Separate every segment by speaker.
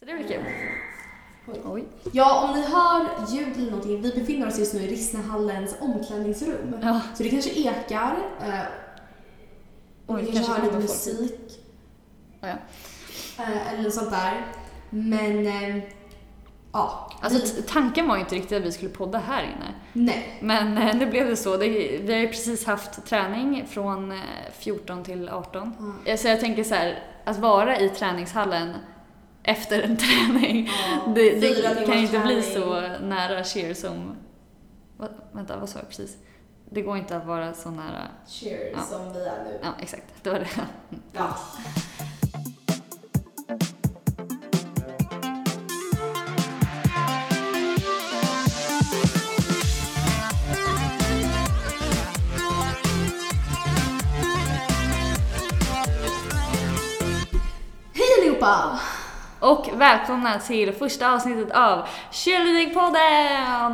Speaker 1: Det blir kul. Oj.
Speaker 2: Ja, om ni hör ljud eller någonting, vi befinner oss just nu i Rissnehallens omklädningsrum.
Speaker 1: Ja.
Speaker 2: Så det kanske ekar. Och vi kanske hör lite musik.
Speaker 1: Ja.
Speaker 2: Eller sånt där. Men ja.
Speaker 1: Alltså tanken var ju inte riktigt att vi skulle podda här inne.
Speaker 2: Nej.
Speaker 1: Men nu blev det så. Vi har ju precis haft träning från 14 till 18. Så jag tänker så här, att vara i träningshallen efter en träning. Det kan inte bli så nära cheer som... Vänta, vad sa jag precis? Det går inte att vara så nära...
Speaker 2: Cheer som vi är nu.
Speaker 1: Ja, exakt. Det var det.
Speaker 2: Ja.
Speaker 1: Och välkomna till första avsnittet av Cheerleading-podden!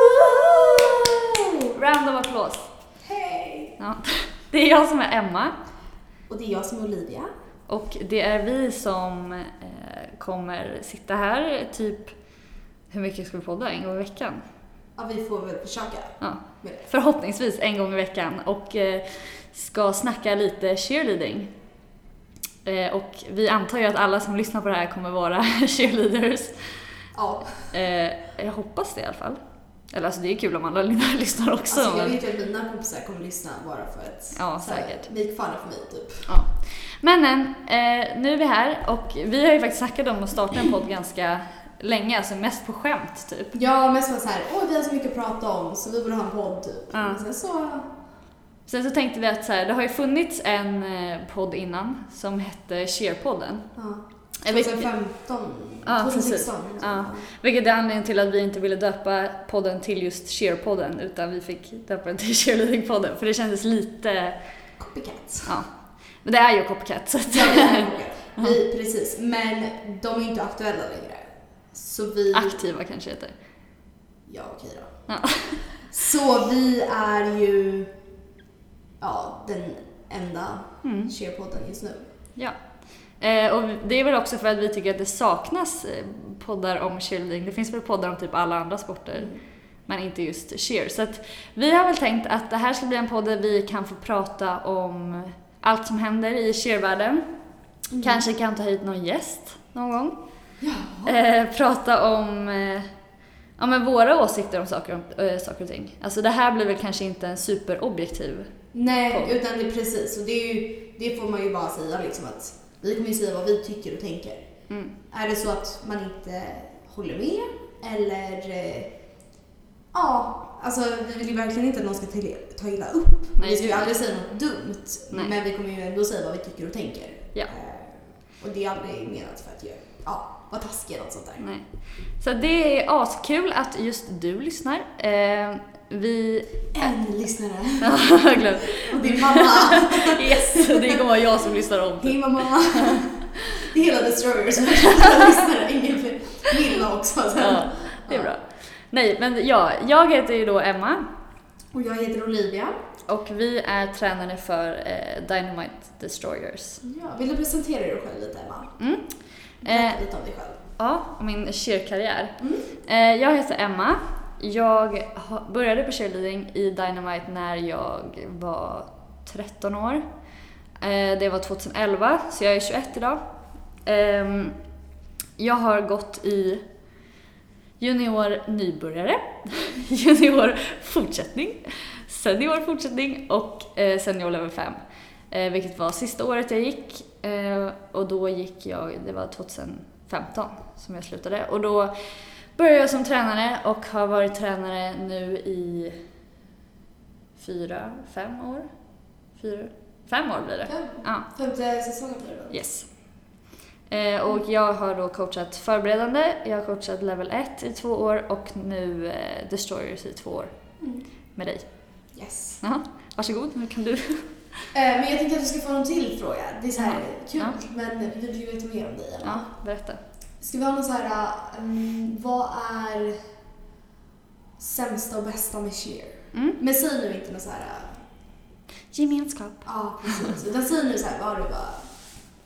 Speaker 1: Random applås.
Speaker 2: Hej!
Speaker 1: Ja, det är jag som är Emma.
Speaker 2: Och det är jag som är Olivia.
Speaker 1: Och det är vi som kommer sitta här typ... Hur mycket ska vi podda? En gång i veckan?
Speaker 2: Ja, vi får väl försöka.
Speaker 1: Ja, förhoppningsvis en gång i veckan. Och ska snacka lite cheerleading. Och vi antar ju att alla som lyssnar på det här kommer vara cheerleaders.
Speaker 2: Ja.
Speaker 1: Jag hoppas det i alla fall. Eller alltså det är kul om alla lyssnar också.
Speaker 2: Alltså jag vet ju att mina kompisar kommer lyssna bara för att...
Speaker 1: Ja, säkert.
Speaker 2: Make fun för mig typ.
Speaker 1: Ja. Men nu är vi här och vi har ju faktiskt snackat om att starta en podd ganska länge. Alltså mest på skämt typ.
Speaker 2: Ja, mest var så här, vi har så mycket att prata om så vi borde ha en podd typ.
Speaker 1: Ja.
Speaker 2: Men
Speaker 1: Sen så tänkte vi att så här, det har ju funnits en podd innan som hette Cheerpodden.
Speaker 2: Ja. 2015,
Speaker 1: ja,
Speaker 2: 2016.
Speaker 1: Ja. Vilket är anledningen till att vi inte ville döpa podden till just Cheerpodden utan vi fick döpa den till Cheerleading-podden för det kändes lite...
Speaker 2: Copycat.
Speaker 1: Ja. Men det är ju copycat så att...
Speaker 2: Ja, det är copycat. Precis, men de är inte aktuella längre. Så vi...
Speaker 1: Aktiva kanske heter.
Speaker 2: Ja, okej då.
Speaker 1: Ja.
Speaker 2: Så vi är ju den enda cheerpodden just nu.
Speaker 1: Ja. Och det är väl också för att vi tycker att det saknas poddar om cheerleading. Det finns väl poddar om typ alla andra sporter, men inte just cheer. Så att vi har väl tänkt att det här ska bli en podd där vi kan få prata om allt som händer i cheervärlden. Kanske kan ta hit någon gäst någon gång.
Speaker 2: Ja.
Speaker 1: Prata om men våra åsikter om saker och ting. Alltså det här blir väl kanske inte en superobjektiv.
Speaker 2: Nej,
Speaker 1: podd.
Speaker 2: utan det är precis. Och det får man ju bara säga liksom att vi kommer ju säga vad vi tycker och tänker. Är det så att man inte håller med eller alltså vi vill ju verkligen inte att någon ska ta illa upp. Nej, vi ska ju aldrig säga något dumt. Nej. Men vi kommer ju ändå säga vad vi tycker och tänker. Ja. Och det är aldrig menat för att vara taskig eller något sånt där. Nej.
Speaker 1: Så det är askul att just du lyssnar.
Speaker 2: En lyssnare.
Speaker 1: Ja, glöm.
Speaker 2: Och din mamma.
Speaker 1: Yes, det kommer vara jag som lyssnar om.
Speaker 2: Hej mamma. Det är hela Destroyers som lyssnar. Ingen fler. Milla också.
Speaker 1: Ja, det är bra. Nej, men jag heter ju då Emma.
Speaker 2: Och jag heter Olivia.
Speaker 1: Och vi är tränare för Dynamite Destroyers.
Speaker 2: Ja, vill du presentera dig själv lite, Emma? Berätta lite om dig själv.
Speaker 1: Ja, om min cheerkarriär. Jag heter Emma. Jag började på cheerleading i Dynamite när jag var 13 år. Det var 2011, så jag är 21 idag. Jag har gått i junior nybörjare, junior fortsättning, senior fortsättning och senior level 5. Vilket var sista året jag gick. Och då gick jag, det var 2015 som jag slutade. Och då började jag som tränare och har varit tränare nu i 5 år. 5 år blir det.
Speaker 2: Ja. 5:e säsongen blir det.
Speaker 1: Yes. Och jag har då coachat förberedande. Jag har coachat level 1 i 2 år och nu Destroyers i 2 år med dig.
Speaker 2: Yes.
Speaker 1: Aha. Varsågod, nu kan du.
Speaker 2: Men jag tänkte att du ska få en till fråga. Det är så här kul, men vi vill ju veta mer om dig. Eller?
Speaker 1: Ja, berätta.
Speaker 2: Ska vi ha någon så här, vad är sämsta och bästa med cheer? Men säg nu inte någon så här...
Speaker 1: Gemenskap.
Speaker 2: Ja, precis. Utan säg nu så här, vad har du bara...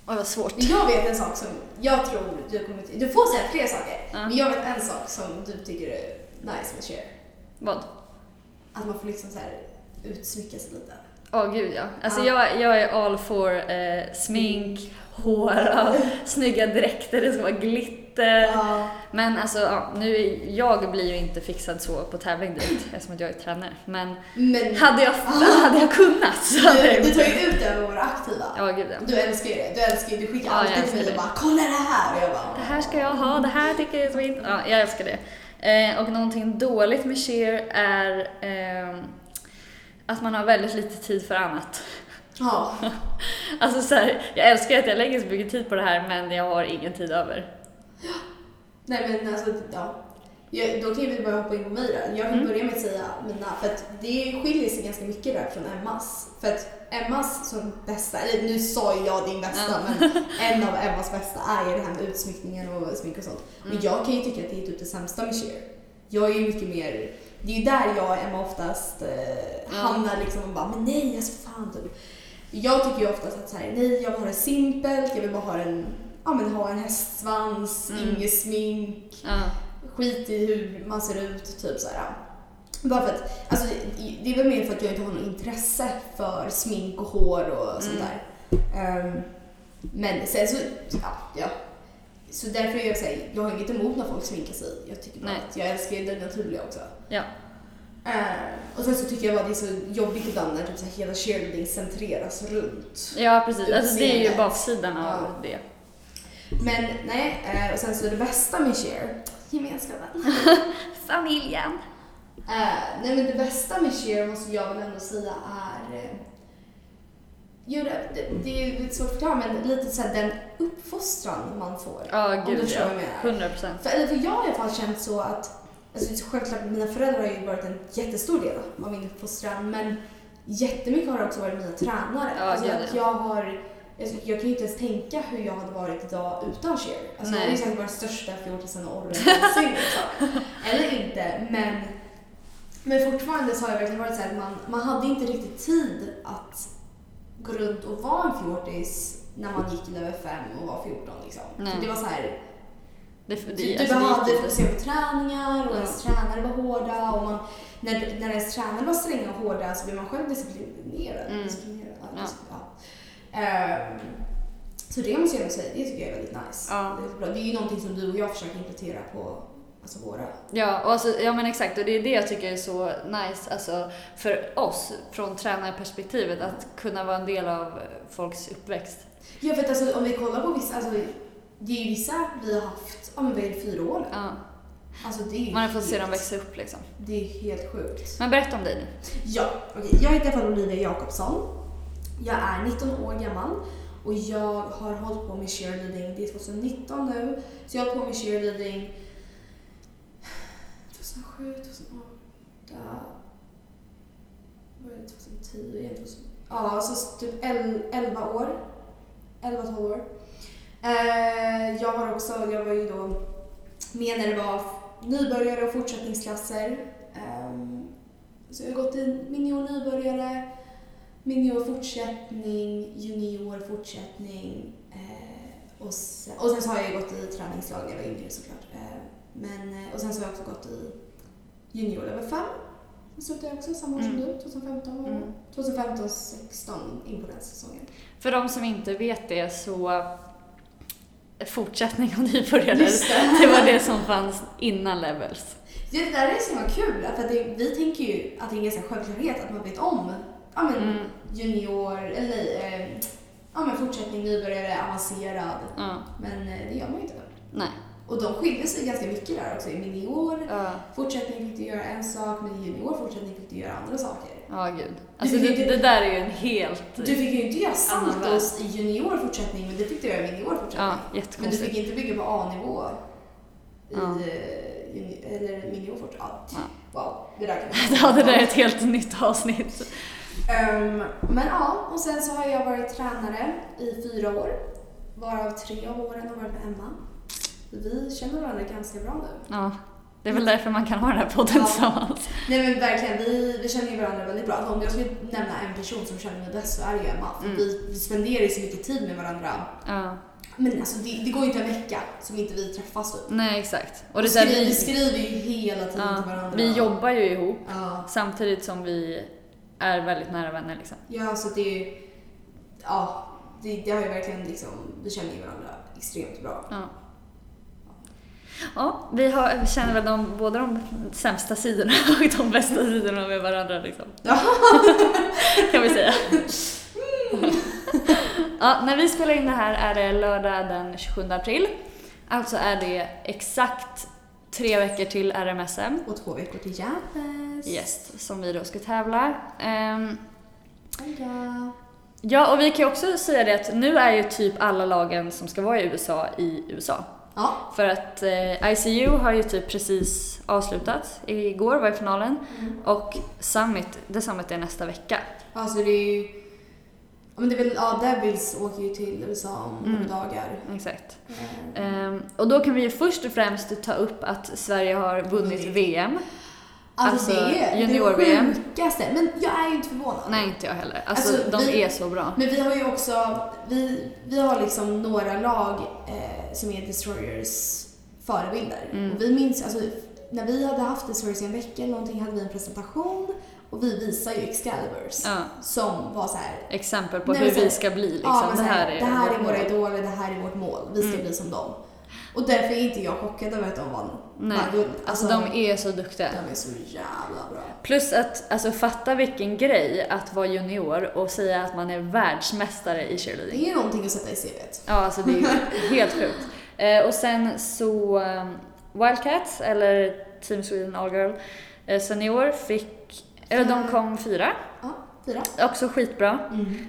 Speaker 1: Vad svårt.
Speaker 2: Jag vet en sak som jag tror du kommer till. Du får säga 3 saker. Men jag vet en sak som du tycker är nice med Cher.
Speaker 1: Vad?
Speaker 2: Att man får liksom så här utsmycka sig lite.
Speaker 1: Gud ja. Alltså jag är all for smink, hår, snygga dräkter, det ska vara glitter. Men alltså jag blir ju inte fixad så på tävling direkt eftersom att jag är tränare. Men hade jag kunnat så hade jag
Speaker 2: Du tar ju ut det över våra aktiva.
Speaker 1: Ja, gud ja.
Speaker 2: Du älskar ju det. Du skickar alltid till mig och bara kolla det här. Och jag bara,
Speaker 1: det här ska jag ha, det här tycker jag är så fint. Ja, jag älskar det. Och någonting dåligt med Cher är att man har väldigt lite tid för annat.
Speaker 2: Ja.
Speaker 1: Alltså så här, jag älskar att jag lägger så mycket tid på det här, men jag har ingen tid över.
Speaker 2: Nej men alltså, då kan vi bara hoppa in på mig då. Jag vill börja med att säga mina, för att det skiljer sig ganska mycket där från Emmas. För att Emmas som bästa, eller nu sa jag din bästa, men en av Emmas bästa är ju det här med utsmyckningen och smink och sånt. Men jag kan ju tycka att det är typ det sämsta med Cher. Jag är ju mycket mer, det är ju där jag och Emma oftast hamnar liksom och bara, men nej, alltså fan typ. Jag tycker ju oftast att så här, nej, jag vill ha det simpelt, jag vill bara ha en hästsvans, inget smink, skit i hur man ser ut, typ så här. Bara för att, alltså det är väl mer för att jag inte har något intresse för smink och hår och sånt där. Men sen så, så därför är jag säger, jag har inget emot när folk sminkar sig. Jag tycker bara att jag älskar det naturliga också.
Speaker 1: Ja.
Speaker 2: Och sen så tycker jag bara det är så jobbigt ibland när typ så här, hela cheerleading centreras runt.
Speaker 1: Ja, precis. Alltså det är ju baksidan av det.
Speaker 2: Men nej, och sen så det bästa med Cher, gemenskapen.
Speaker 1: Familjen.
Speaker 2: Nej men det bästa med Cher måste jag väl ändå säga är det är lite svårt att förklara, men lite så här, den uppfostran man får.
Speaker 1: Ja, gud,
Speaker 2: om du
Speaker 1: 100%.
Speaker 2: För jag har i alla fall känt så att, alltså, självklart mina föräldrar har ju varit en jättestor del av min uppfostran, men jättemycket har också varit mina tränare. Alltså, att jag kan ju inte ens tänka hur jag hade varit idag utan Cher. Alltså, jag är ju säkert bara största fjortisen och orren liksom. Eller inte, men fortfarande så har jag verkligen varit så här att man hade inte riktigt tid att gå runt och vara en fjortis när man gick i level 5 och var 14 liksom. Så det var så här, du behövde fokusera på träningar och ens tränare var hårda och när ens tränare var stränga och hårda så blev man själv disciplinerad. Så det måste jag säga, det tycker jag är väldigt nice. Det är ju någonting som du och jag försöker implementera på alltså våra.
Speaker 1: Ja, men exakt, och det är det jag tycker är så nice alltså, för oss från tränarperspektivet att kunna vara en del av folks uppväxt.
Speaker 2: Ja, för att alltså, om vi kollar på vissa, alltså, det är ju vissa vi har haft vad är det, 4 år nu. Alltså, det är
Speaker 1: man har fått se dem växa upp liksom.
Speaker 2: Det är helt sjukt.
Speaker 1: Men berätta om dig nu.
Speaker 2: Ja, okej. Jag heter Olivia Jakobsson. Jag är 19 år gammal och jag har hållit på med cheerleading. Det är 2019 nu, så jag har hållit på med cheerleading 2007, 2008, vad är det, 2010, 2000? Ja, så typ 11 år. 11-12 år. Jag var ju då med när det var nybörjare och fortsättningsklasser. Så jag har gått i minior nybörjare, minior fortsättning, junior fortsättning och sen så har jag gått i träningslag när jag var yngre såklart. Och sen så har jag också gått i junior level 5. Så slutade jag också samma år som du, 2015. 2015-16 in på den säsongen.
Speaker 1: För de som inte vet det så fortsättning av nybörjare, det var det som fanns innan levels.
Speaker 2: Det där är så kul, för att vi tänker ju att det är en ganska självklarhet att man vet om junior eller fortsättning, nybörjare, avancerad. Men det gör man ju inte.
Speaker 1: Nej.
Speaker 2: Och de skiljer sig ganska mycket där också. I minior fortsättning fick du göra en sak, men i junior fortsättning fick du göra andra saker.
Speaker 1: Ja, gud. Alltså det där är ju en helt...
Speaker 2: Du fick ju inte göra saltos i junior fortsättning, men det fick du göra i minior fortsättning.
Speaker 1: Ja, jättekonstigt.
Speaker 2: Men du fick inte bygga på A-nivå eller minior fortsättning. Ja. Wow, det där kan
Speaker 1: det där är ett helt nytt avsnitt.
Speaker 2: Men och sen så har jag varit tränare i 4 år. Varav 3 av åren har varit med Emma. Vi känner varandra ganska bra nu.
Speaker 1: Ja, Det är väl därför man kan ha den här podden tillsammans.
Speaker 2: Nej men verkligen, vi känner ju varandra väldigt bra. Om jag skulle nämna en person som känner mig bäst så är det ju Emma. För vi spenderar ju så mycket tid med varandra.
Speaker 1: Ja.
Speaker 2: Men alltså det går ju inte en vecka som inte vi träffas typ.
Speaker 1: Nej exakt.
Speaker 2: Och det vi skriver ju hela tiden till varandra.
Speaker 1: Vi jobbar ju ihop samtidigt som vi är väldigt nära vänner liksom.
Speaker 2: Ja så det är ju, det har ju verkligen liksom, vi känner ju varandra extremt bra.
Speaker 1: Ja, vi känner väl både de sämsta sidorna och de bästa sidorna med varandra liksom. Kan vi säga. När vi spelar in det här är det lördag den 27 april. Alltså är det exakt 3 veckor till RMSM.
Speaker 2: Och 2 veckor till Järnfest.
Speaker 1: Yes, som vi då ska tävla. Ja, och vi kan ju också säga det att nu är ju typ alla lagen som ska vara i USA. Ja. För att ICU har ju typ precis avslutat. Igår var i finalen. Och Summit är nästa vecka.
Speaker 2: Alltså det är ju... Men det är väl, Devils åker ju till USA om några dagar.
Speaker 1: Exakt. Och då kan vi ju först och främst ta upp att Sverige har vunnit VM.
Speaker 2: Alltså det är junior-VM. Det sjukaste. Men jag är ju inte förvånad.
Speaker 1: Nej, inte jag heller. Alltså de är så bra.
Speaker 2: Men vi har ju också, vi har liksom några lag som är Destroyers förebilder. Och vi minns, alltså när vi hade haft Destroyers i en vecka eller någonting hade vi en presentation. Och vi visar ju Excaliburs som var så här
Speaker 1: exempel på hur vi ska bli liksom.
Speaker 2: Det här är våra idoler, det här är vårt mål. Vi ska bli som dem. Och därför är inte jag chockad över att de vann.
Speaker 1: Nej, alltså de är så duktiga.
Speaker 2: De är så jävla bra.
Speaker 1: Plus att, alltså fatta vilken grej att vara junior och säga att man är världsmästare i cheerleading.
Speaker 2: Det är någonting att sätta i CV:t.
Speaker 1: Ja, alltså det är helt sjukt. Och sen så Wildcats, eller Team Sweden All Girl senior de kom 4.
Speaker 2: Ja, 4.
Speaker 1: Också skitbra.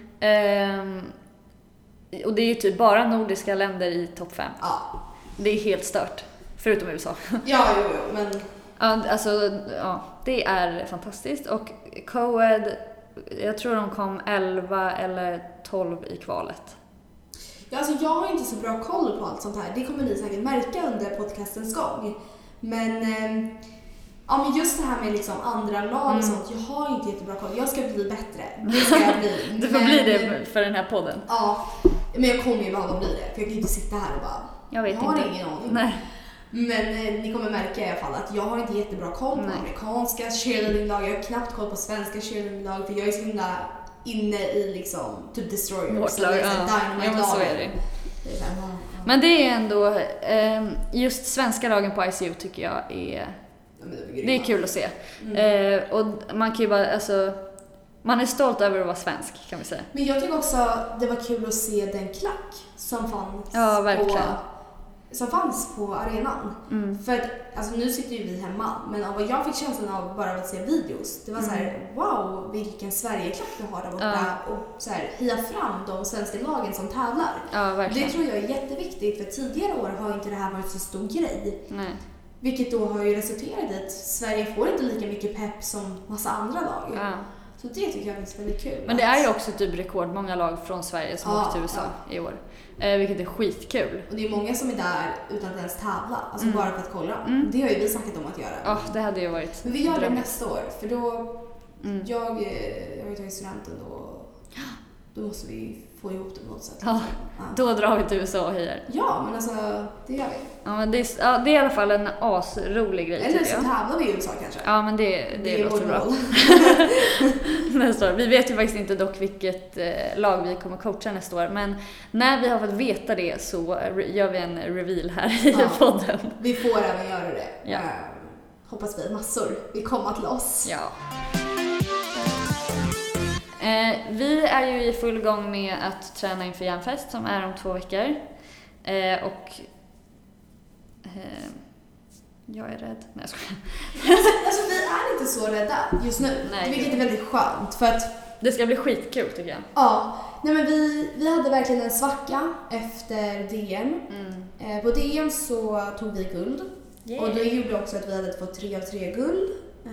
Speaker 1: Och det är ju typ bara nordiska länder i topp 5.
Speaker 2: Ja.
Speaker 1: Det är helt stört. Förutom USA.
Speaker 2: Ja, men...
Speaker 1: det är fantastiskt. Och Coed, jag tror de kom 11 eller 12 i kvalet.
Speaker 2: Ja, alltså jag har inte så bra koll på allt sånt här. Det kommer ni säkert märka under podcastens gång. Men just det här med liksom andra lag och sånt, jag har inte jättebra koll. Jag ska bli bättre. Det ska jag bli.
Speaker 1: Du får bli det för den här podden.
Speaker 2: Ja, men jag kommer ju bara bli det. För jag kan ju inte sitta här och bara...
Speaker 1: Jag har
Speaker 2: ingen aning.
Speaker 1: Nej.
Speaker 2: Men ni kommer märka i alla fall att jag har inte jättebra koll på amerikanska cheerleading-lag. Jag har knappt koll på svenska cheerleading-lag. För jag är så himla inne i liksom typ Destroyers.
Speaker 1: Dynamite-lag. Så är det. Men det är ändå... just svenska lagen på ICU tycker jag är... Det är kul att se. Och man kan ju bara... Alltså, man är stolt över att vara svensk, kan vi säga.
Speaker 2: Men jag tycker också det var kul att se den klack som fanns på arenan. För att, alltså nu sitter ju vi hemma, men vad jag fick känslan av bara att se videos, det var så här: wow, vilken Sverigeklack du har där borta. Och så här, heja fram de svenska lagen som tävlar. Det tror jag är jätteviktigt, för tidigare år har inte det här varit så stor grej.
Speaker 1: Nej.
Speaker 2: Vilket då har ju resulterat i att Sverige får inte lika mycket pepp som massa andra lag. Så det tycker jag är väldigt kul.
Speaker 1: Men det är ju också typ rekordmånga lag från Sverige som åkt till USA i år. Vilket är skitkul.
Speaker 2: Och det är många som är där utan att ens tävla. Alltså bara för att kolla. Det har ju vi snackat om att göra.
Speaker 1: Ja, det hade ju varit...
Speaker 2: Men vi gör det nästa år. För då... Jag har ju tagit studenten då måste vi få ihop det på något sätt.
Speaker 1: Då drar vi till USA och hejar.
Speaker 2: Ja, men alltså det gör vi.
Speaker 1: Ja, men det är i alla fall en asrolig grej.
Speaker 2: Eller så tävlar vi i USA kanske.
Speaker 1: Ja, men det låter bra. Nästa år. Vi vet ju faktiskt inte dock vilket lag vi kommer coacha nästa år. Men när vi har fått veta det så gör vi en reveal här i podden.
Speaker 2: Vi får även göra det. Ja. Hoppas vi massor. Vi kommer till oss.
Speaker 1: Ja. Vi är ju i full gång med att träna inför Järnfest som är om 2 veckor. Jag är rädd. Nej, jag skojar.
Speaker 2: Alltså vi är inte så rädda just nu. Nej, vilket är väldigt skönt. För att
Speaker 1: det ska bli skitkul tycker jag.
Speaker 2: Ja, nej men vi hade verkligen en svacka efter DM. På DM så tog vi guld. Och det gjorde också att vi hade fått 3 av 3 guld.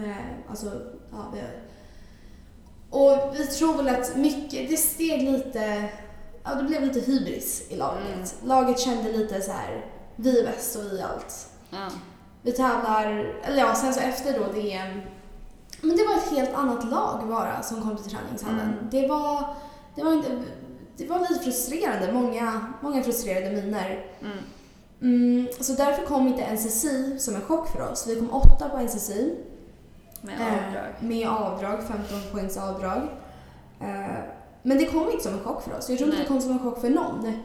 Speaker 2: Och vi tror väl att mycket, det steg lite, det blev lite hybris i laget. Laget kände lite så här: vi är bäst och vi är allt. Vi tävlar, eller ja, sen så efter då DM. Men det var ett helt annat lag bara som kom till träningshallen. Det var lite frustrerande, många frustrerade miner. Så därför kom inte NCC som en chock för oss. Vi kom 8 på NCC. Med avdrag, 15 poängs avdrag. Men det kom inte som en chock för oss. Jag tror inte det kom som en chock för någon.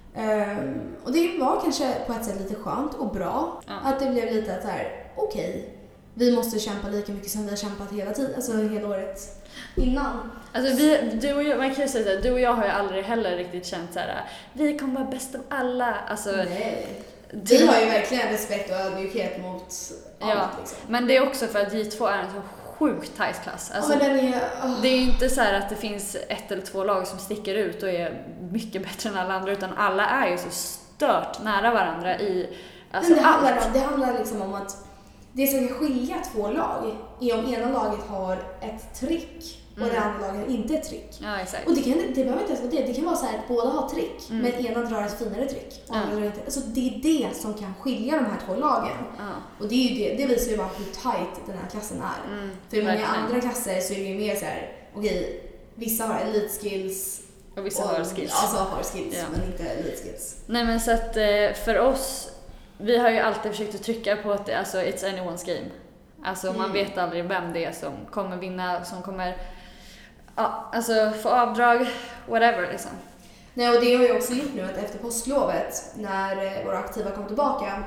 Speaker 2: Och det var kanske på ett sätt lite skönt och bra. Att det blev lite så här: okej, vi måste kämpa lika mycket som vi har kämpat hela tiden, alltså hela året innan.
Speaker 1: Alltså man kan ju säga att du och jag har ju aldrig heller riktigt känt så här: vi kommer vara bäst av alla. Alltså,
Speaker 2: nej. Vi har ju verkligen respekt och ödmjukhet mot allt liksom.
Speaker 1: Men det är också för att J2 är en så sjukt tajt klass. Alltså, det är ju inte så här att det finns 1 eller 2 lag som sticker ut och är mycket bättre än alla andra, utan alla är ju så stört nära varandra i alltså
Speaker 2: det handlar liksom om att det som kan skilja 2 lag är om ena laget har ett trick och det andra laget har inte ett trick.
Speaker 1: Ja, exakt.
Speaker 2: Och det behöver inte ens vara det. Det kan vara så här att båda har trick, men ena drar ett finare trick och andra drar inte. Alltså det är det som kan skilja de här 2 lagen. Och det är ju det visar ju bara hur tight den här klassen är. För i många andra klasser så är det ju mer så här: okej, vissa har elite skills
Speaker 1: och vissa har skills.
Speaker 2: Alltså har skills, men inte elite skills.
Speaker 1: Nej, men så att för oss, vi har ju alltid försökt att trycka på att alltså, it's anyone's game. Alltså man vet aldrig vem det är som kommer vinna, som kommer alltså få avdrag, whatever liksom.
Speaker 2: Nej, och det har jag också gjort nu, att efter påsklovet när våra aktiva kom tillbaka,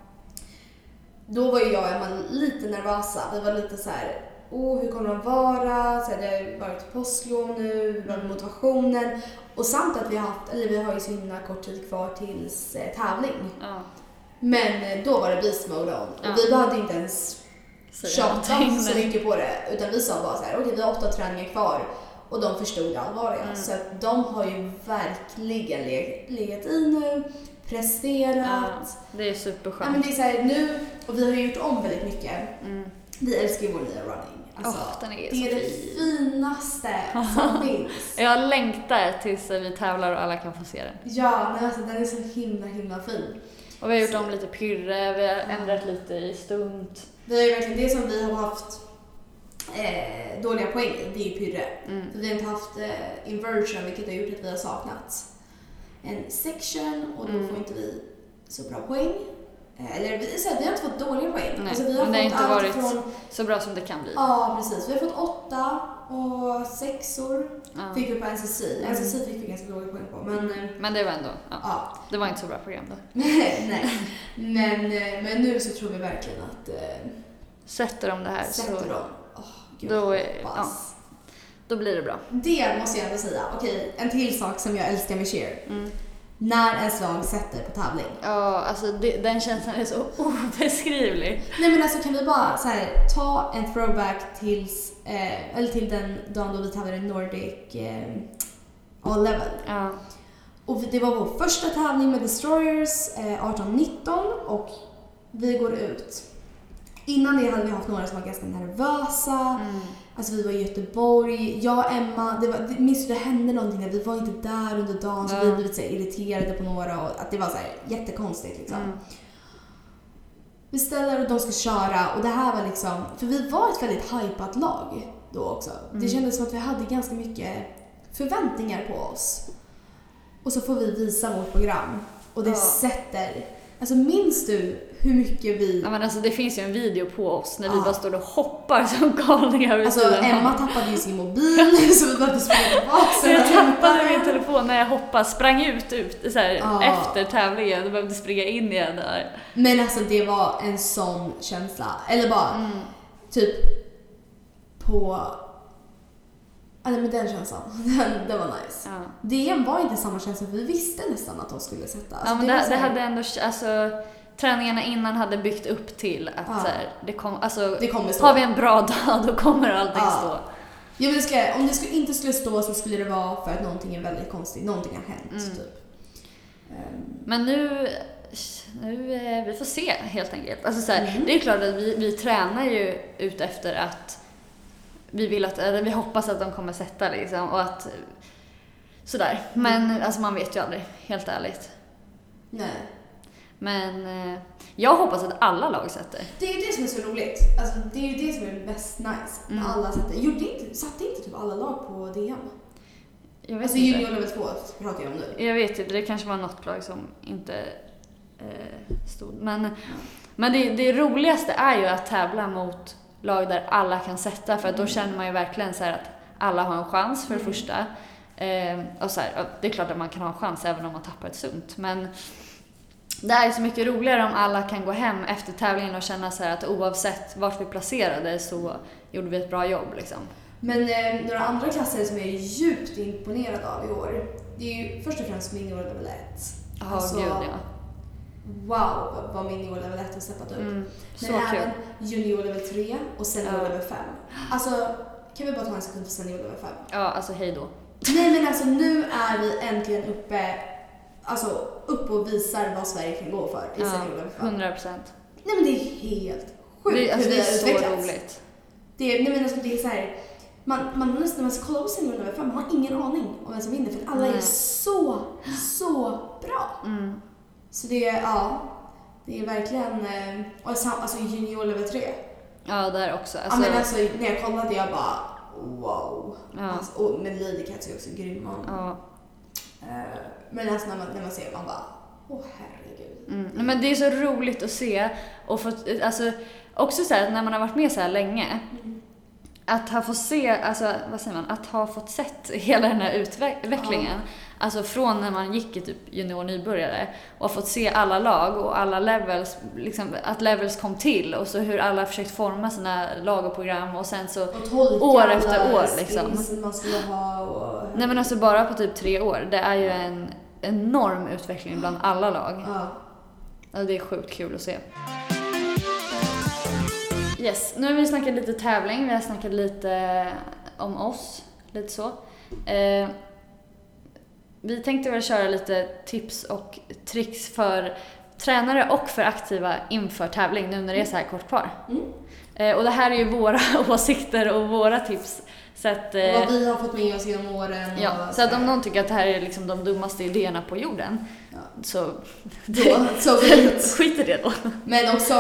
Speaker 2: då var ju jag och Emma lite nervösa. Vi var lite så här: hur kommer de vara? Så det har varit påsklov nu, vi behöver motivationen. Och samt att vi har ju så himla kort tid kvar tills tävling. Men då var det beast mode on. Och vi behövde inte ens tjata så mycket på det, utan vi sa bara så här: okej, vi har 8 träningar kvar. Och de förstod allvarliga. Så att de har ju verkligen legat i nu, presterat.
Speaker 1: Det är superskönt.
Speaker 2: Ja, men det är så här, nu, och vi har ju gjort om väldigt mycket. Vi älskar ju vår nya running. Alltså,
Speaker 1: den är
Speaker 2: det är det finaste som finns.
Speaker 1: Jag längtar tills vi tävlar och alla kan få se den.
Speaker 2: Ja, men alltså, den är så himla fin.
Speaker 1: Och vi har gjort om lite pyrre, vi har ändrat lite i stunt.
Speaker 2: Det är ju verkligen det som vi har haft dåliga poäng, det är ju pyrre. Vi har inte haft inversion, vilket har gjort att vi har saknat en section, och då får inte vi så bra poäng. Eller vi har inte fått dåliga poäng.
Speaker 1: Nej,
Speaker 2: alltså, vi har
Speaker 1: men det har inte varit
Speaker 2: från
Speaker 1: så bra som det kan bli.
Speaker 2: Ja, precis. Vi har fått 8 och 6-or fick vi på NCC. NCC fick vi ganska dåliga poäng på.
Speaker 1: Men det var ändå, det var inte så bra program då.
Speaker 2: Nej, men nu så tror vi verkligen att
Speaker 1: sätter de det här då blir det bra.
Speaker 2: Det måste jag ändå säga. Okej, en till sak som jag älskar med cheer. När ens lag sätter på tävling.
Speaker 1: Ja, alltså den känslan är så obeskrivlig.
Speaker 2: Nej, men alltså kan vi bara så här, ta en throwback tills eller till den dagen då vi tävlade i Nordic All Level. Och det var vår första tävling med Destroyers 18-19, och vi går ut. Innan det hade vi haft några som var ganska nervösa. Alltså vi var i Göteborg, jag och Emma, minns du det hände någonting där vi var inte där under dagen, så vi blev lite så irriterade på några, och att det var så här jättekonstigt liksom. Vi ställer och de ska köra, och det här var liksom, för vi var ett väldigt hypat lag då också. Det kändes som att vi hade ganska mycket förväntningar på oss. Och så får vi visa vårt program, och det sätter. Alltså minns du hur mycket vi...
Speaker 1: Ja, men alltså det finns ju en video på oss när vi bara står och hoppar som galningar.
Speaker 2: Alltså Emma tappade ju sin mobil så vi behövde spela tillbaka.
Speaker 1: Jag tappade min telefon när jag hoppade, sprang ut så här, efter tävlingen. Jag behövde springa in igen där.
Speaker 2: Men alltså det var en sån känsla. Eller bara typ på... Alltså med den känslan, det var nice. DM var inte samma känsla, för vi visste nästan att de skulle sätta. Alltså,
Speaker 1: men det hade ändå, alltså träningarna innan hade byggt upp till att så här, det kommer stå. Har vi en bra dag, då kommer allting stå.
Speaker 2: Ja, men om det inte skulle stå, så skulle det vara för att någonting är väldigt konstigt, någonting har hänt typ.
Speaker 1: Men nu vi får se helt enkelt. Alltså så här, det är klart att vi tränar ju ut efter att vi vill vi hoppas att de kommer sätta liksom, och att sådär. Men alltså man vet ju aldrig, helt ärligt.
Speaker 2: Nej.
Speaker 1: Men Jag hoppas att alla lag sätter.
Speaker 2: Det är ju det som är så roligt. Alltså, det är ju det som är mest nice. Alla sätter. Satte inte typ alla lag på DM?
Speaker 1: Jag vet
Speaker 2: alltså
Speaker 1: inte.
Speaker 2: Junior level 2 pratar jag om nu.
Speaker 1: Jag vet inte, det kanske var något lag som inte stod. Men det roligaste är ju att tävla mot lag där alla kan sätta. För att då känner man ju verkligen så här att alla har en chans för det första. Och så här, det är klart att man kan ha en chans även om man tappar ett sunt. Men det är så mycket roligare om alla kan gå hem efter tävlingen och känna så här att oavsett vart vi placerade så gjorde vi ett bra jobb liksom.
Speaker 2: Men några andra klasser som jag är djupt imponerad av i år, det är ju först och främst Minior level 1.
Speaker 1: Alltså, gud, ja.
Speaker 2: Wow, vad Minior level 1 har steppat upp. Men även Junior level 3 och Senior level 5. Alltså, kan vi bara ta en sekund för Senior level 5?
Speaker 1: Ja, alltså hej då.
Speaker 2: Nej men alltså nu är vi äntligen uppe och visar vad Sverige kan gå för i Senior level 5.
Speaker 1: 100%.
Speaker 2: Nej men det är helt sjukt
Speaker 1: det är så roligt.
Speaker 2: Det är så här, man nästan när man ska kolla på Senior level 5, man har ingen aning om vem som vinner för alla är så bra. Så det är verkligen alltså Junior level 3.
Speaker 1: Ja, där också.
Speaker 2: Alltså, ja men alltså när jag kollade jag bara wow. Ja. Alltså, men Lady Cats är också grymma.
Speaker 1: Ja.
Speaker 2: Men alltså när man ser man bara herregud.
Speaker 1: Men det är så roligt att se och alltså också så här, när man har varit med så här länge. Att ha fått se, alltså vad säger man, att ha fått sett hela den här utvecklingen. Alltså från när man gick i typ junior nybörjare och fått se alla lag och alla levels, liksom, att levels kom till och så hur alla försökt forma sina lag och program och sen så år efter år liksom.
Speaker 2: Man skulle ha
Speaker 1: Nej men alltså bara på typ 3 år, det är ju en enorm utveckling bland alla lag. Och det är sjukt kul att se. Yes, nu har vi snackat lite tävling, vi har snackat lite om oss, lite så. Vi tänkte väl köra lite tips och tricks för tränare och för aktiva inför tävling nu när det är så här kort kvar. Och det här är ju våra åsikter och våra tips. Så att,
Speaker 2: och vad vi har fått med oss genom åren.
Speaker 1: Ja, så att om någon tycker att det här är liksom de dummaste idéerna på jorden så skit i det då.
Speaker 2: Men också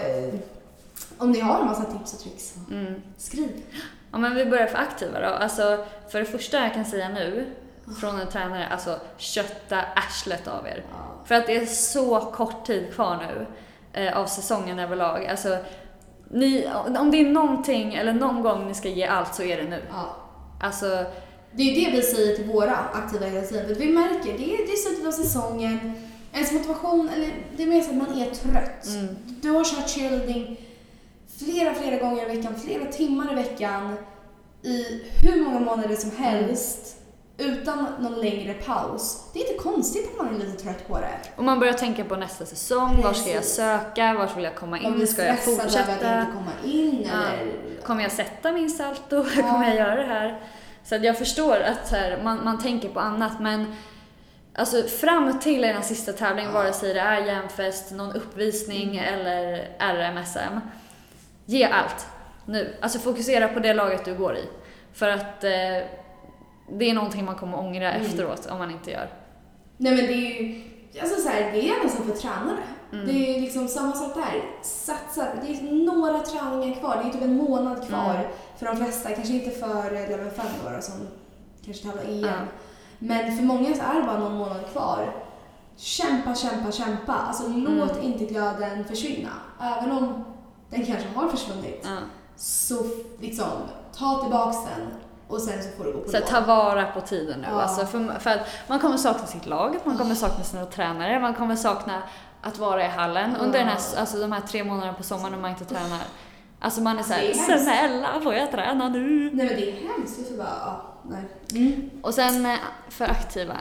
Speaker 2: om ni har en massa tips och tricks, skriv.
Speaker 1: Ja, men vi börjar för aktiva då. Alltså, för det första jag kan säga nu från en tränare, alltså kötta arslet av er. För att det är så kort tid kvar nu av säsongen överlag. Alltså, om det är någonting eller någon gång ni ska ge allt så är det nu. Alltså,
Speaker 2: det är det vi säger till våra aktiva hela tiden. För vi märker, det är slutet av säsongen. Ens motivation, eller det är mer så att man är trött. Du har kört cheerleading flera gånger i veckan, flera timmar i veckan i hur många månader som helst utan någon längre paus. Det är inte konstigt att man är lite trött på det. Och
Speaker 1: man börjar tänka på nästa säsong. Var ska jag söka? Var vill jag komma in? Ska jag fortsätta?
Speaker 2: Att inte komma in, eller?
Speaker 1: Kommer jag sätta min salto? Kommer jag göra det här? Så att jag förstår att här, man tänker på annat, men alltså fram till den sista tävlingen, vare sig det är järnfest, någon uppvisning eller RMSM, ge allt nu. Alltså fokusera på det laget du går i. För att det är någonting man kommer ångra efteråt om man inte gör.
Speaker 2: Nej men det är ju, alltså så här, det är nästan för tränare. Det är liksom samma sak där. Satsa, det är några träningar kvar, det är typ en månad kvar för de flesta, kanske inte för level 5 år som kanske tävlar EM. Men för många så är det bara någon månad kvar. Kämpa. Alltså låt inte glöden försvinna. Även om den kanske har försvunnit. Så liksom, ta tillbaks den och sen så får du gå på
Speaker 1: så ta vara på tiden nu. Alltså för att man kommer sakna sitt lag, man kommer sakna sina tränare, man kommer sakna att vara i hallen under den här, alltså de här 3 månaderna på sommaren när man inte tränar. Alltså man är såhär, snälla får jag träna nu?
Speaker 2: Nej men det är hemskt, så bara, nej.
Speaker 1: Och sen för aktiva.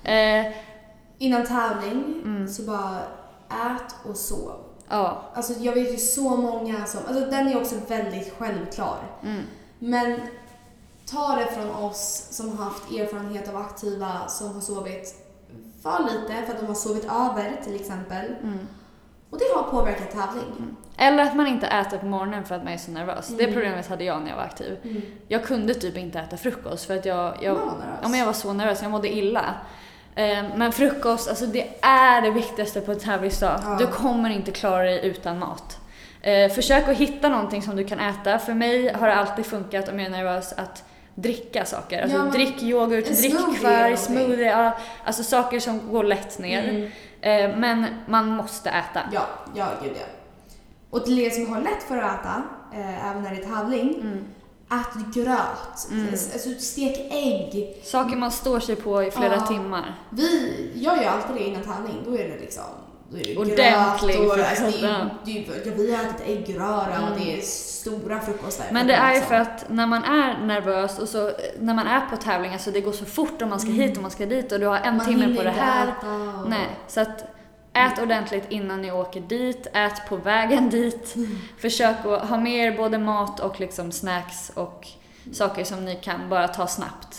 Speaker 2: Innan tävling så bara ät och sov. Alltså jag vet ju så många som, alltså den är också väldigt självklar. Men ta det från oss som har haft erfarenhet av aktiva som har sovit för lite för att de har sovit över till exempel. Och det har påverkat tävling.
Speaker 1: Eller att man inte äter på morgonen för att man är så nervös. Det problemet hade jag när jag var aktiv. Jag kunde typ inte äta frukost för att jag var så nervös, jag mådde illa. Men frukost, alltså det är det viktigaste på en tävlingsdag. Du kommer inte klara dig utan mat. Försök att hitta någonting som du kan äta. För mig har det alltid funkat om jag är nervös att dricka saker. Alltså drick yoghurt, drick kvarg, smoothie. Alltså saker som går lätt ner. Men man måste äta.
Speaker 2: Ja, gud ja. Och till er som har lätt för att äta, även när det är tävling, ät gröt, alltså stek ägg.
Speaker 1: Saker man står sig på i flera timmar.
Speaker 2: Jag gör alltid det innan tävling, då är det liksom
Speaker 1: ordentlig
Speaker 2: gröt och alltså, vi har ätit äggröra och det är stora frukostar.
Speaker 1: Men det är ju för att när man är nervös och så när man är på tävling, alltså det går så fort om man ska hit och man ska dit och du har en timme på det här. Nej, så att ät ordentligt innan ni åker dit, ät på vägen dit. Försök att ha med er både mat och liksom snacks och saker som ni kan bara ta snabbt.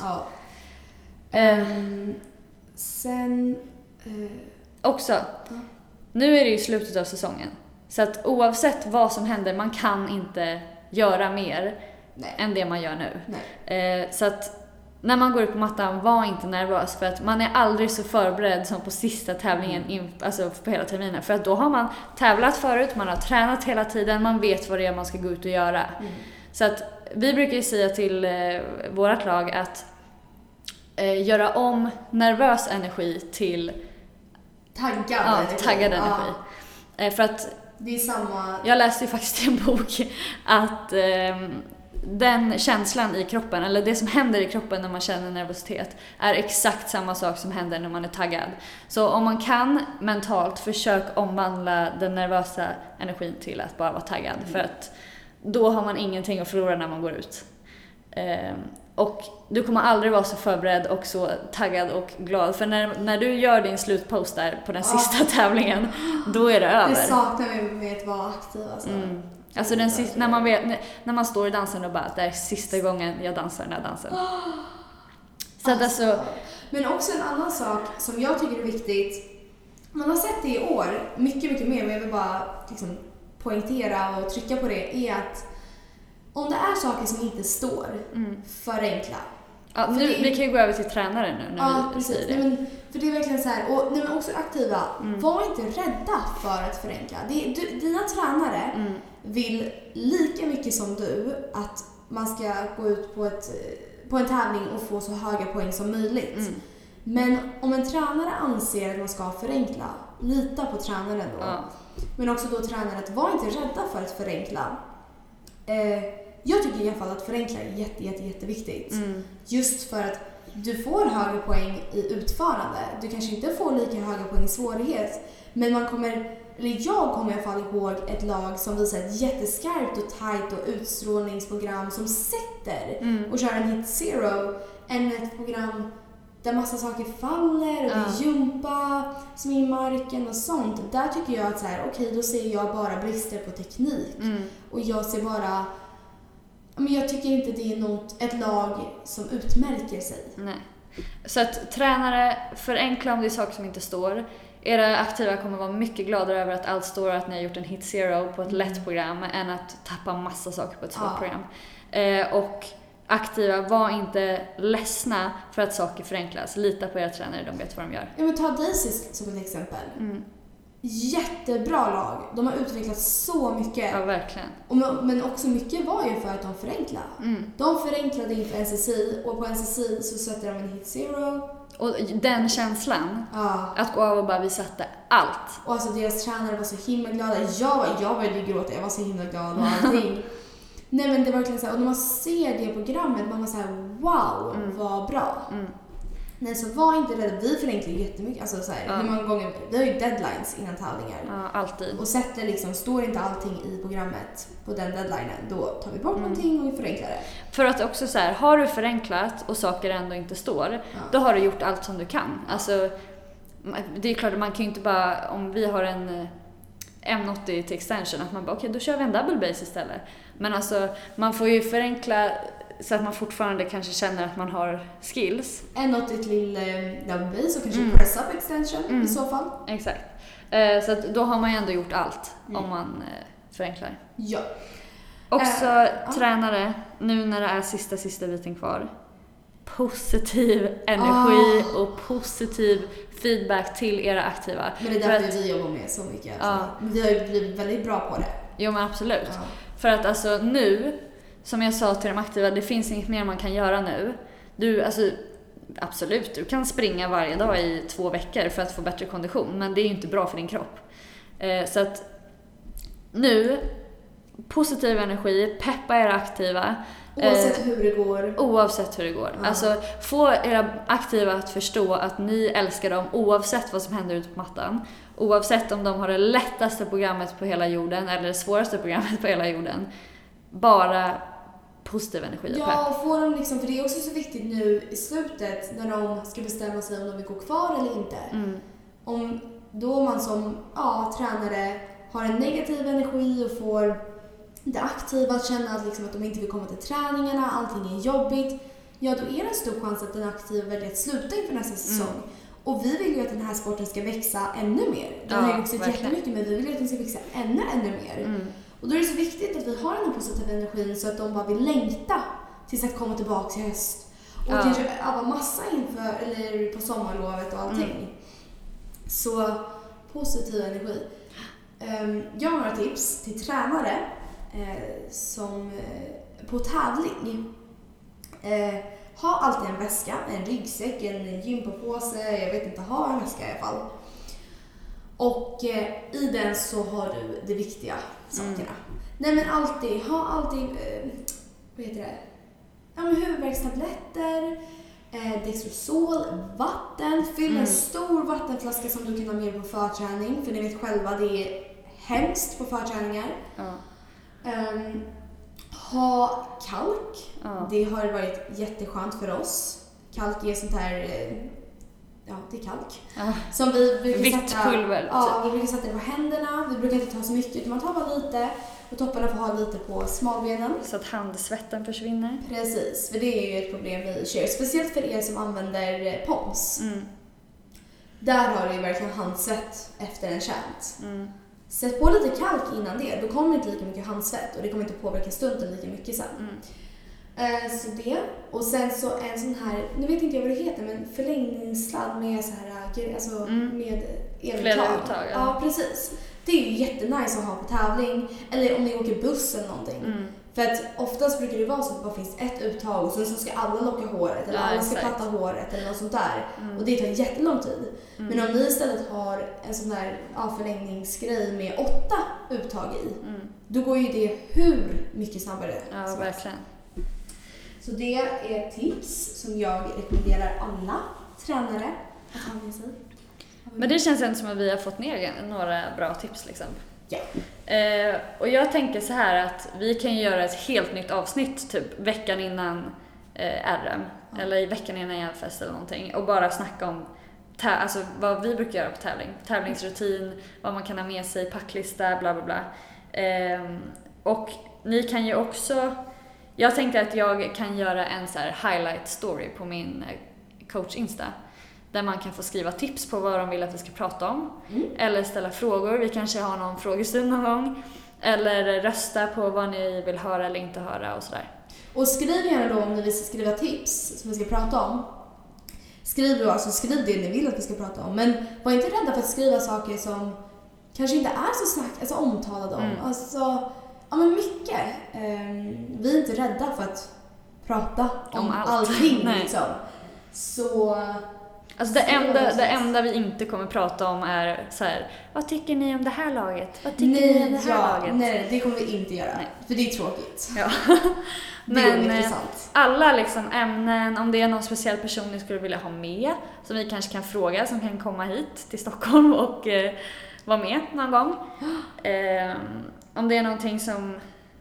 Speaker 2: Sen
Speaker 1: också, nu är det ju slutet av säsongen. Så att oavsett vad som händer, man kan inte göra mer än det man gör nu. Så att när man går upp på mattan, var inte nervös, för att man är aldrig så förberedd som på sista tävlingen, alltså på hela terminen. För att då har man tävlat förut, man har tränat hela tiden, man vet vad det är man ska gå ut och göra. Så att vi brukar ju säga till vårat lag att göra om nervös energi till taggad energi. För att
Speaker 2: det är samma.
Speaker 1: Jag läste ju faktiskt i en bok att den känslan i kroppen, eller det som händer i kroppen när man känner nervositet, är exakt samma sak som händer när man är taggad. Så om man kan mentalt, försök omvandla den nervösa energin till att bara vara taggad. För att då har man ingenting att förlora när man går ut. Och du kommer aldrig vara så förberedd och så taggad och glad. För när du gör din slutpost där på den sista tävlingen, då är det över.
Speaker 2: Det saknar vi med att vara aktiv.
Speaker 1: Alltså när man står i dansen och bara, det är sista gången jag dansar den här dansen. Så att alltså.
Speaker 2: Men också en annan sak som jag tycker är viktigt. Man har sett det i år mycket mer, men jag vill bara liksom poängtera och trycka på det, är att om det är saker som inte står, förenkla.
Speaker 1: Ja, nu, vi kan ju gå över till tränare nu när vi
Speaker 2: precis.
Speaker 1: säger det.
Speaker 2: Nej, men, för det är verkligen så här, och men också aktiva, var inte rädda för att förenkla. Dina tränare vill lika mycket som du att man ska gå ut på en tävling och få så höga poäng som möjligt. Men om en tränare anser att man ska förenkla, lita på tränaren då. Men också då tränaren att var inte rädda för att förenkla. Jag tycker i alla fall att förenkla är jätteviktigt. Just för att du får högre poäng i utförande. Du kanske inte får lika höga poäng i svårighet. Men jag kommer i alla fall ihåg ett lag som visar ett jätteskarpt och tajt och utstrålningsprogram som sätter och kör en hit zero än ett program där massa saker faller och det är jumpa som är i marken och sånt. Där tycker jag att okej, då ser jag bara brister på teknik. Och jag ser bara, men jag tycker inte det är ett lag som utmärker sig.
Speaker 1: Nej. Så att tränare, förenkla om det är saker som inte står. Era aktiva kommer vara mycket gladare över att allt står och att ni har gjort en hit zero på ett lätt program än att tappa massa saker på ett svårt program. Och aktiva, var inte ledsna för att saker förenklas. Lita på era tränare, de vet vad de gör.
Speaker 2: Ja, men ta Daisy som ett exempel. Jättebra lag. De har utvecklats så mycket.
Speaker 1: Ja, verkligen.
Speaker 2: Men också mycket var ju för att de förenklade. De förenklade inför NCC och på NCC så sätter de en hit zero.
Speaker 1: Och den känslan, att gå av och bara vi satte allt.
Speaker 2: Och alltså deras tränare var så himla glada. Jag började gråta, jag var så himla glad och allting. Nej, men det var verkligen så här, och när man ser det programmet, man var så här, wow, vad bra. Nej, så var inte rädd. Vi förenklar jättemycket. Alltså så här, hur många gånger, vi har ju deadlines innan tävlingar.
Speaker 1: Ja, alltid.
Speaker 2: Och sätter liksom, står inte allting i programmet på den deadlinen, då tar vi bort någonting och vi förenklar det.
Speaker 1: För att också så här, har du förenklat och saker ändå inte står, då har du gjort allt som du kan. Alltså, det är klart, man kan ju inte bara, om vi har en M80 till extension, att man bara okej, då kör vi en double base istället. Men alltså, man får ju förenkla så att man fortfarande kanske känner att man har skills.
Speaker 2: En 80 till double base och kanske press up extension i så fall.
Speaker 1: Exakt. Så att då har man ju ändå gjort allt om man förenklar.
Speaker 2: Ja.
Speaker 1: Också tränare, nu när det är sista biten kvar. positiv energi och positiv feedback till era aktiva.
Speaker 2: Men det är därför vi jobbar med så mycket. Alltså. Vi har ju blivit väldigt bra på det.
Speaker 1: Jo, men absolut. För att alltså nu, som jag sa till de aktiva, det finns inget mer man kan göra nu. Absolut, du kan springa varje dag i 2 veckor för att få bättre kondition, men det är ju inte bra för din kropp. Så att nu, positiv energi, peppa era aktiva.
Speaker 2: Oavsett hur det går.
Speaker 1: Alltså få era aktiva att förstå att ni älskar dem oavsett vad som händer ute på mattan. Oavsett om de har det lättaste programmet på hela jorden eller det svåraste programmet på hela jorden. Bara positiv energi och pepp.
Speaker 2: Ja, och få dem liksom, för det är också så viktigt nu i slutet när de ska bestämma sig om de vill gå kvar eller inte. Om då man som tränare har en negativ energi och får det aktiva att känna att, liksom, att de inte vill komma till träningarna, allting är jobbigt, då är det en stor chans att den aktiva väljer att sluta inför nästa säsong. Och vi vill ju att den här sporten ska växa ännu mer. Den har ju vuxit jättemycket, men vi vill att den ska växa ännu mer. Och då är det så viktigt att vi har den här positiva energin så att de bara vill längta tills att komma tillbaka i höst. Och kanske öva massa inför, eller på sommarlovet och allting. Så positiv energi. Jag har några tips till tränare som på tävling. Ha alltid en väska, en ryggsäck, en gympapåse, jag vet inte, ha en väska i alla fall. Och i den så har du de viktiga sakerna. Nej, men ha alltid vad heter det? Ja, men huvudvärkstabletter, Dextrosol, vatten, fyll en stor vattenflaska som du kan ha med på förträning, för ni vet själva, det är hemskt på förträningar. Ha kalk. Det har varit jätteskönt för oss. Kalk är sånt här, det är kalk. Som vi brukar sätta,
Speaker 1: pulver.
Speaker 2: Vi brukar sätta det på händerna. Vi brukar inte ta så mycket, utan man tar bara lite. Och topparna får ha lite på smalbenen.
Speaker 1: Så att handsvetten försvinner.
Speaker 2: Precis, för det är ju ett problem vi kör. Speciellt för er som använder POMS. Där har du ju verkligen handsvett efter en chant. Sätt på lite kalk innan det, då kommer inte lika mycket handsvett och det kommer inte påverka stunden lika mycket sen. Så det, och sen så en sån här, nu vet inte jag vad det heter, men förlängningssladd med så här, alltså med
Speaker 1: eluttag.
Speaker 2: Ja, precis. Det är ju jättenice att ha på tävling, eller om ni åker buss eller någonting. För att oftast brukar det vara så att det bara finns ett uttag och sen så ska alla locka håret eller alla ska platta håret eller något sånt där. Och det tar jättelång tid. Men om ni istället har en sån där förlängningsgrej med 8 uttag i, då går ju det hur mycket snabbare.
Speaker 1: Ja, verkligen.
Speaker 2: Så det är tips som jag rekommenderar alla tränare att ha med sig.
Speaker 1: Men det känns inte som att vi har fått ner några bra tips liksom.
Speaker 2: Ja.
Speaker 1: Och jag tänker så här att vi kan göra ett helt nytt avsnitt typ veckan innan RM eller i veckan innan Järnfest eller någonting och bara snacka om alltså vad vi brukar göra på tävling, tävlingsrutin, vad man kan ha med sig, packlista, bla bla bla. Och ni kan ju också, jag tänkte att jag kan göra en så här highlight story på min coach Insta. Där man kan få skriva tips på vad de vill att vi ska prata om. Eller ställa frågor. Vi kanske har någon frågestund någon gång. Eller rösta på vad ni vill höra eller inte höra och sådär.
Speaker 2: Och skriv gärna då om ni vill skriva tips som vi ska prata om. Skriv det ni vill att vi ska prata om. Men var inte rädda för att skriva saker som kanske inte är så omtalade om. Alltså, men mycket. Vi är inte rädda för att prata om allting liksom. Så...
Speaker 1: Alltså det enda vi inte kommer prata om är så här: vad tycker ni om det här laget? Vad tycker ni om det här laget?
Speaker 2: Nej, det kommer vi inte göra. Nej. För det är tråkigt.
Speaker 1: Ja.
Speaker 2: Det är intressant.
Speaker 1: Alla liksom ämnen, om det är någon speciell person ni skulle vilja ha med som vi kanske kan fråga, som kan komma hit till Stockholm och vara med någon gång. Om det är någonting som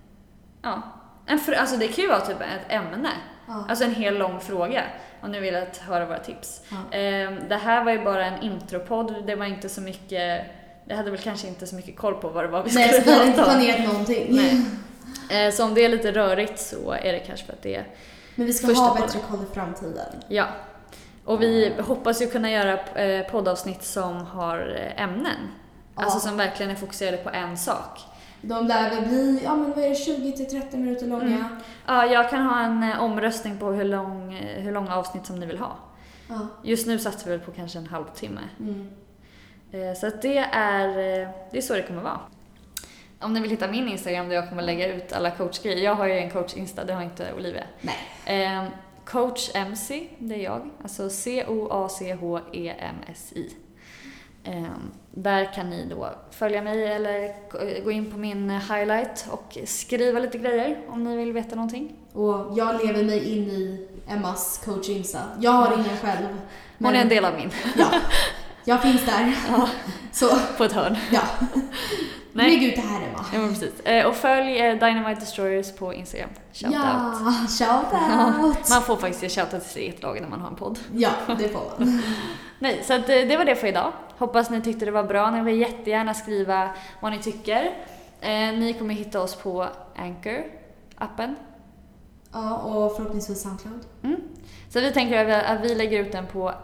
Speaker 1: alltså det kan ju vara typ ett ämne. Alltså en hel lång fråga. Om ni vill höra våra tips. Det här var ju bara en intropodd. Det var inte så mycket. Det hade väl kanske inte så mycket koll på vad det var vi skulle prata om.
Speaker 2: Nej, så vi hade inte planerat någonting.
Speaker 1: Nej. Så om det är lite rörigt så är det kanske för att det är.
Speaker 2: Men vi ska ha bättre koll i framtiden.
Speaker 1: Ja. Och vi hoppas ju kunna göra poddavsnitt som har ämnen. Alltså som verkligen är fokuserade på en sak.
Speaker 2: De lär väl bli, vad är det, 20-30 minuter långa.
Speaker 1: Ja, jag kan ha en omröstning på hur långa avsnitt som ni vill ha.
Speaker 2: Ja.
Speaker 1: Just nu satsar vi väl på kanske en halvtimme. Så att det är så det kommer vara. Om ni vill hitta min Instagram där jag kommer lägga ut alla coachgrejer. Jag har ju en coach-insta, det har inte Olivia.
Speaker 2: Nej.
Speaker 1: Coach MC, det är jag. Alltså COACHEMSI. Där kan ni då följa mig eller gå in på min highlight och skriva lite grejer om ni vill veta någonting.
Speaker 2: Och jag lever mig in i Emmas coach-insta. Jag har ingen själv.
Speaker 1: Men hon är en del av min.
Speaker 2: Ja, jag finns där.
Speaker 1: Ja.
Speaker 2: Så.
Speaker 1: På ett hörn.
Speaker 2: Ja. Lägg ut det här, Emma.
Speaker 1: Ja, men precis. Och följ Dynamite Destroyers på Instagram. Shoutout.
Speaker 2: Ja, shoutout.
Speaker 1: Man får faktiskt ge shoutout till sitt eget lag när man har en podd.
Speaker 2: Ja, det får man.
Speaker 1: Nej, så att det var det för idag. Hoppas ni tyckte det var bra. Ni vill jättegärna skriva vad ni tycker. Ni kommer hitta oss på Anchor-appen.
Speaker 2: Ja, och förhoppningsvis SoundCloud.
Speaker 1: Så vi tänker att vi lägger ut den på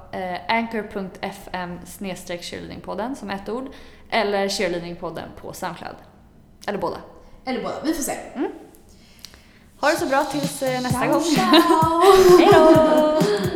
Speaker 1: anchor.fm/cheerleadingpodden som ett ord. Eller cheerleadingpodden på SoundCloud. Eller båda.
Speaker 2: Vi får se.
Speaker 1: Ha det så bra tills nästa gång.
Speaker 2: Ciao.
Speaker 1: Hej då!